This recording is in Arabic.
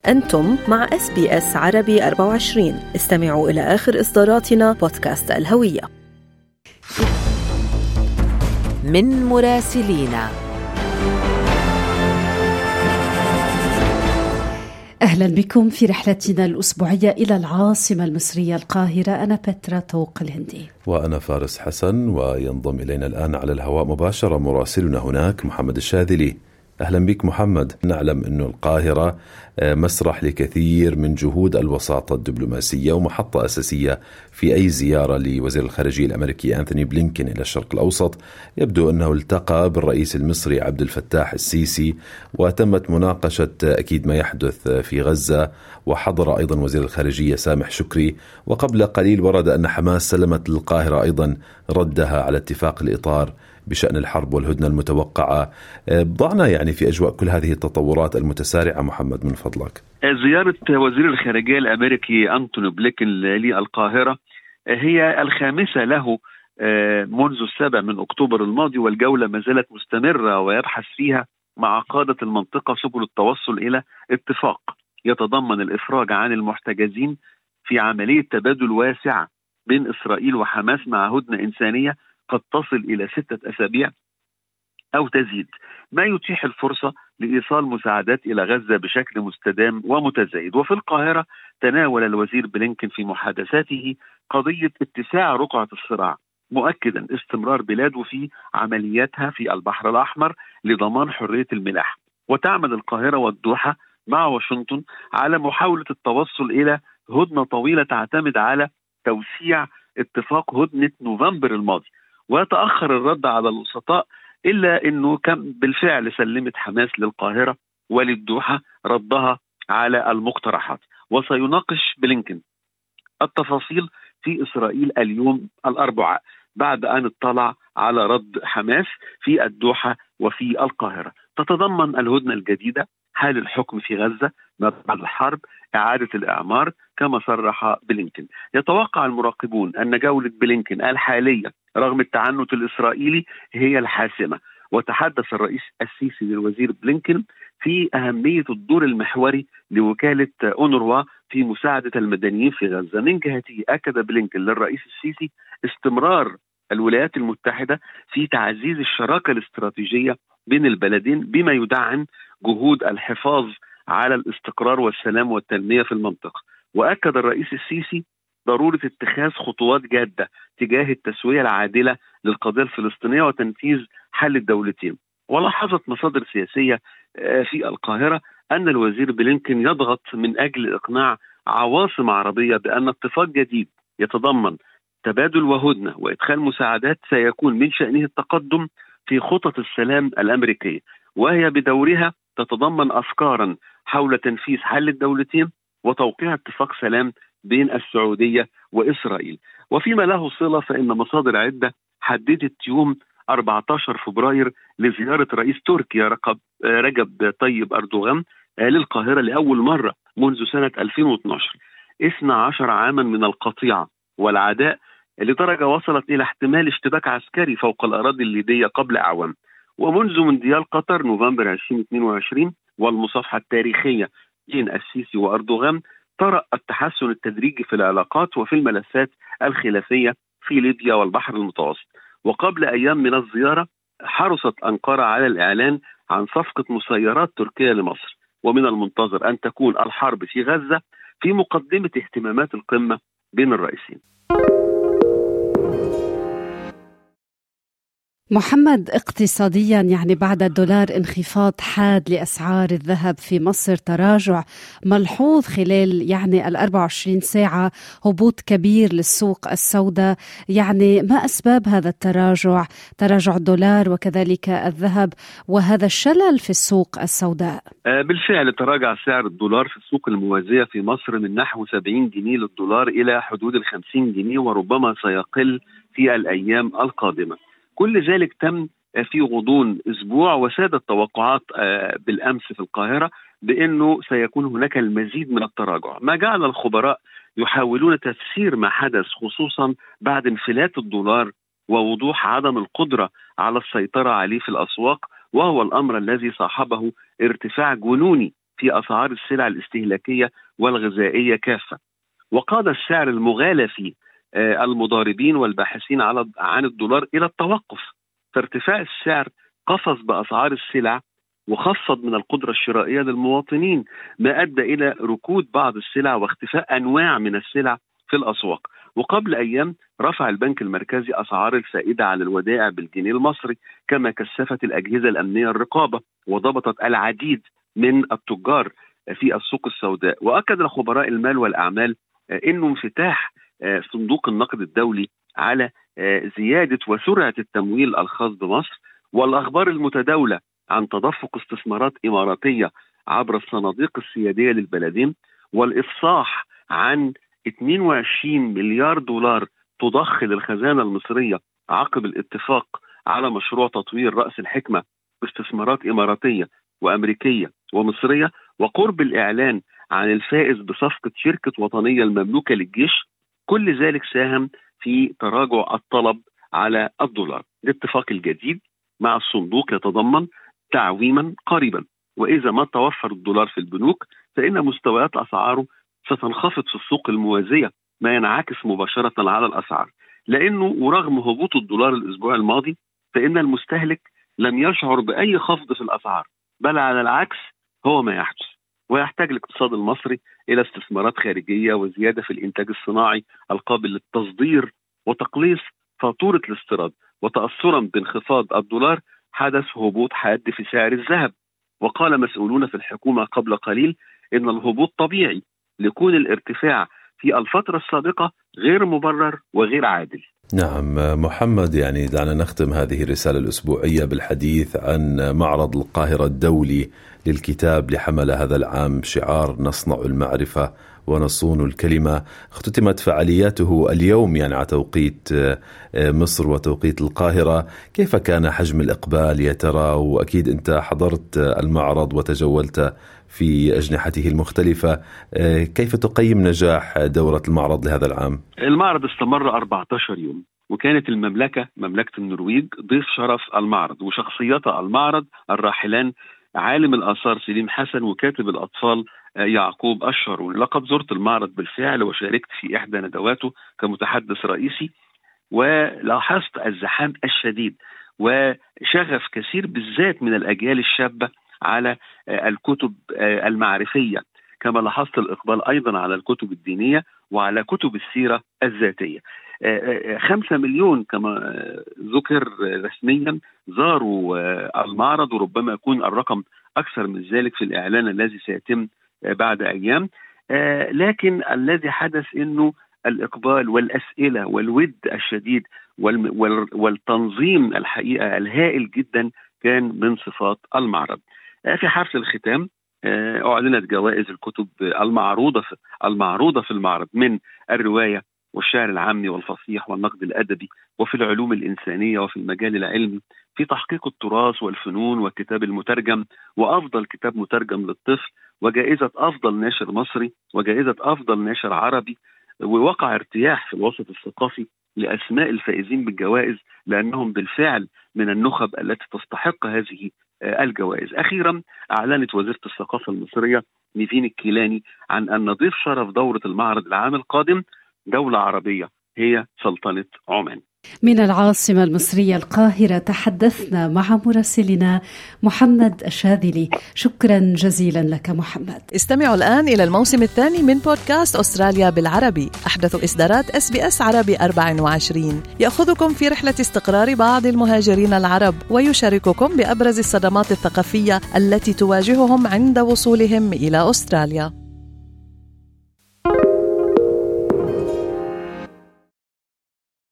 أنتم مع SBS عربي 24. استمعوا إلى آخر إصداراتنا بودكاست الهوية. من مراسلينا. أهلا بكم في رحلتنا الأسبوعية إلى العاصمة المصرية القاهرة. أنا بترا طوق الهندي وأنا فارس حسن، وينضم إلينا الآن على الهواء مباشرة مراسلنا هناك محمد الشاذلي. أهلا بك محمد. نعلم أن القاهرة مسرح لكثير من جهود الوساطة الدبلوماسية ومحطة أساسية في أي زيارة لوزير الخارجية الأمريكي أنتوني بلينكين إلى الشرق الأوسط. يبدو أنه التقى بالرئيس المصري عبد الفتاح السيسي وتمت مناقشة أكيد ما يحدث في غزة، وحضر أيضا وزير الخارجية سامح شكري. وقبل قليل ورد أن حماس سلمت للقاهرة أيضا ردها على اتفاق الإطار بشأن الحرب والهدنة المتوقعة. ضعنا يعني في أجواء كل هذه التطورات المتسارعة محمد من فضلك. زيارة وزير الخارجية الأمريكي أنتوني بلينكين للقاهرة هي الخامسة له منذ 7 أكتوبر الماضي، والجولة ما زالت مستمرة ويبحث فيها مع قادة المنطقة سبل التوصل إلى اتفاق يتضمن الإفراج عن المحتجزين في عملية تبادل واسعة بين إسرائيل وحماس مع هدنة إنسانية قد تصل إلى 6 أسابيع أو تزيد، ما يتيح الفرصة لإيصال مساعدات إلى غزة بشكل مستدام ومتزايد. وفي القاهرة تناول الوزير بلينكين في محادثاته قضية اتساع رقعة الصراع، مؤكدا استمرار بلاده في عملياتها في البحر الأحمر لضمان حرية الملاحة. وتعمل القاهرة والدوحة مع واشنطن على محاولة التوصل إلى هدنة طويلة تعتمد على توسيع اتفاق هدنة نوفمبر الماضي. ويتأخر الرد على الوسطاء، إلا أنه كان بالفعل سلمت حماس للقاهرة وللدوحة ردها على المقترحات. وسيناقش بلينكين التفاصيل في إسرائيل اليوم الأربعاء بعد أن اطلع على رد حماس في الدوحة وفي القاهرة. تتضمن الهدنة الجديدة حال الحكم في غزة ما بعد الحرب، إعادة الإعمار كما صرح بلينكين. يتوقع المراقبون أن جولة بلينكين الحالية رغم التعنت الإسرائيلي هي الحاسمة. وتحدث الرئيس السيسي للوزير بلينكين في أهمية الدور المحوري لوكالة أونروا في مساعدة المدنيين في غزة. من جهته أكد بلينكين للرئيس السيسي استمرار الولايات المتحدة في تعزيز الشراكة الاستراتيجية بين البلدين بما يدعم جهود الحفاظ على الاستقرار والسلام والتنمية في المنطقة. وأكد الرئيس السيسي ضرورة اتخاذ خطوات جادة تجاه التسوية العادلة للقضية الفلسطينية وتنفيذ حل الدولتين. ولاحظت مصادر سياسية في القاهرة أن الوزير بلينكين يضغط من أجل إقناع عواصم عربية بأن اتفاق جديد يتضمن تبادل وهدنة وإدخال مساعدات سيكون من شأنه التقدم في خطط السلام الأمريكية، وهي بدورها تتضمن أفكارا حول تنفيذ حل الدولتين وتوقيع اتفاق سلام بين السعودية وإسرائيل. وفيما له صلة فإن مصادر عدة حددت يوم 14 فبراير لزيارة رئيس تركيا رجب طيب أردوغان للقاهرة لأول مرة منذ سنة 2012، 12 عاما من القطيعة والعداء لدرجة وصلت إلى احتمال اشتباك عسكري فوق الأراضي الليبية قبل أعوام. ومنذ مونديال قطر نوفمبر 2022 والمصافحة التاريخية بين السيسي وأردوغان طرأ التحسن التدريجي في العلاقات وفي الملفات الخلافية في ليبيا والبحر المتوسط. وقبل أيام من الزيارة حرصت أنقرة على الإعلان عن صفقة مسيرات تركيا لمصر، ومن المنتظر أن تكون الحرب في غزة في مقدمة اهتمامات القمة بين الرئيسين. محمد، اقتصاديا يعني بعد الدولار انخفاض حاد لأسعار الذهب في مصر، تراجع ملحوظ خلال يعني 24 ساعة، هبوط كبير للسوق السوداء. يعني ما أسباب هذا التراجع، تراجع الدولار وكذلك الذهب وهذا الشلل في السوق السوداء؟ بالفعل تراجع سعر الدولار في السوق الموازية في مصر من نحو 70 جنيه للدولار إلى حدود 50 جنيه، وربما سيقل في الأيام القادمة. كل ذلك تم في غضون أسبوع، وسادت توقعات بالأمس في القاهرة بأنه سيكون هناك المزيد من التراجع، ما جعل الخبراء يحاولون تفسير ما حدث خصوصا بعد انفلات الدولار ووضوح عدم القدرة على السيطرة عليه في الأسواق، وهو الأمر الذي صاحبه ارتفاع جنوني في في أسعار السلع الاستهلاكية والغذائية كافة، وقاد السعر المغالى فيه المضاربين والباحثين عن الدولار إلى التوقف. فارتفاع السعر قفز بأسعار السلع وخفض من القدرة الشرائية للمواطنين، ما أدى إلى ركود بعض السلع واختفاء أنواع من السلع في الأسواق. وقبل أيام رفع البنك المركزي أسعار الفائدة على الودائع بالجنيه المصري، كما كثفت الأجهزة الأمنية الرقابة وضبطت العديد من التجار في السوق السوداء. وأكد خبراء المال والأعمال أنه انفتاح صندوق النقد الدولي على زيادة وسرعة التمويل الخاص بمصر، والأخبار المتداولة عن تدفق استثمارات إماراتية عبر الصناديق السيادية للبلدين، والإفصاح عن 22 مليار دولار تضخ للخزانة المصرية عقب الاتفاق على مشروع تطوير رأس الحكمة باستثمارات إماراتية وأمريكية ومصرية، وقرب الإعلان عن الفائز بصفقة شركة وطنية المملوكة للجيش. كل ذلك ساهم في تراجع الطلب على الدولار. الاتفاق الجديد مع الصندوق يتضمن تعويما قريبا، وإذا ما توفر الدولار في البنوك فإن مستويات أسعاره ستنخفض في السوق الموازية، ما ينعكس مباشرة على الأسعار. لأنه ورغم هبوط الدولار الأسبوع الماضي فإن المستهلك لم يشعر بأي خفض في الأسعار، بل على العكس هو ما يحدث. ويحتاج الاقتصاد المصري إلى استثمارات خارجية وزيادة في الإنتاج الصناعي القابل للتصدير وتقليص فاتورة الاستيراد. وتأثرا بانخفاض الدولار حدث هبوط حاد في سعر الذهب، وقال مسؤولون في الحكومة قبل قليل إن الهبوط طبيعي لكون الارتفاع في الفترة السابقة غير مبرر وغير عادل. نعم محمد، يعني دعنا نختم هذه الرسالة الأسبوعية بالحديث عن معرض القاهرة الدولي للكتاب لحمل هذا العام شعار نصنع المعرفة ونصون الكلمة. اختتمت فعالياته اليوم يعني على توقيت مصر وتوقيت القاهرة. كيف كان حجم الإقبال يا ترى؟ وأكيد أنت حضرت المعرض وتجولت في أجنحته المختلفة، كيف تقيم نجاح دورة المعرض لهذا العام؟ المعرض استمر 14 يوم، وكانت مملكة النرويج ضيف شرف المعرض، وشخصيات المعرض الراحلان عالم الآثار سليم حسن وكاتب الأطفال يعقوب أشهر. لقد زرت المعرض بالفعل وشاركت في إحدى ندواته كمتحدث رئيسي، ولاحظت الزحام الشديد وشغف كثير بالذات من الأجيال الشابة على الكتب المعرفية، كما لاحظت الإقبال أيضا على الكتب الدينية وعلى كتب السيرة الذاتية. 5 مليون كما ذكر رسميا زاروا المعرض، وربما يكون الرقم أكثر من ذلك في الإعلان الذي سيتم بعد أيام. لكن الذي حدث أنه الإقبال والأسئلة والود الشديد والتنظيم الحقيقة الهائل جدا كان من صفات المعرض. في حفل الختام أعلنت جوائز الكتب المعروضة في المعرض من الرواية والشعر العامي والفصيح والنقد الأدبي، وفي العلوم الإنسانية، وفي المجال العلمي، في تحقيق التراث والفنون والكتاب المترجم، وأفضل كتاب مترجم للطفل، وجائزة أفضل ناشر مصري، وجائزة أفضل ناشر عربي. ووقع ارتياح في الوسط الثقافي لأسماء الفائزين بالجوائز، لأنهم بالفعل من النخب التي تستحق هذه الجوائز. أخيرا أعلنت وزيرة الثقافة المصرية نيفين الكيلاني عن أن ضيف شرف دورة المعرض العام القادم دولة عربية هي سلطنة عمان. من العاصمة المصرية القاهرة تحدثنا مع مراسلنا محمد الشاذلي. شكرا جزيلا لك محمد. استمعوا الآن إلى الموسم الثاني من بودكاست أستراليا بالعربي، أحدث إصدارات SBS عربي 24، يأخذكم في رحلة استقرار بعض المهاجرين العرب ويشارككم بأبرز الصدمات الثقافية التي تواجههم عند وصولهم إلى أستراليا.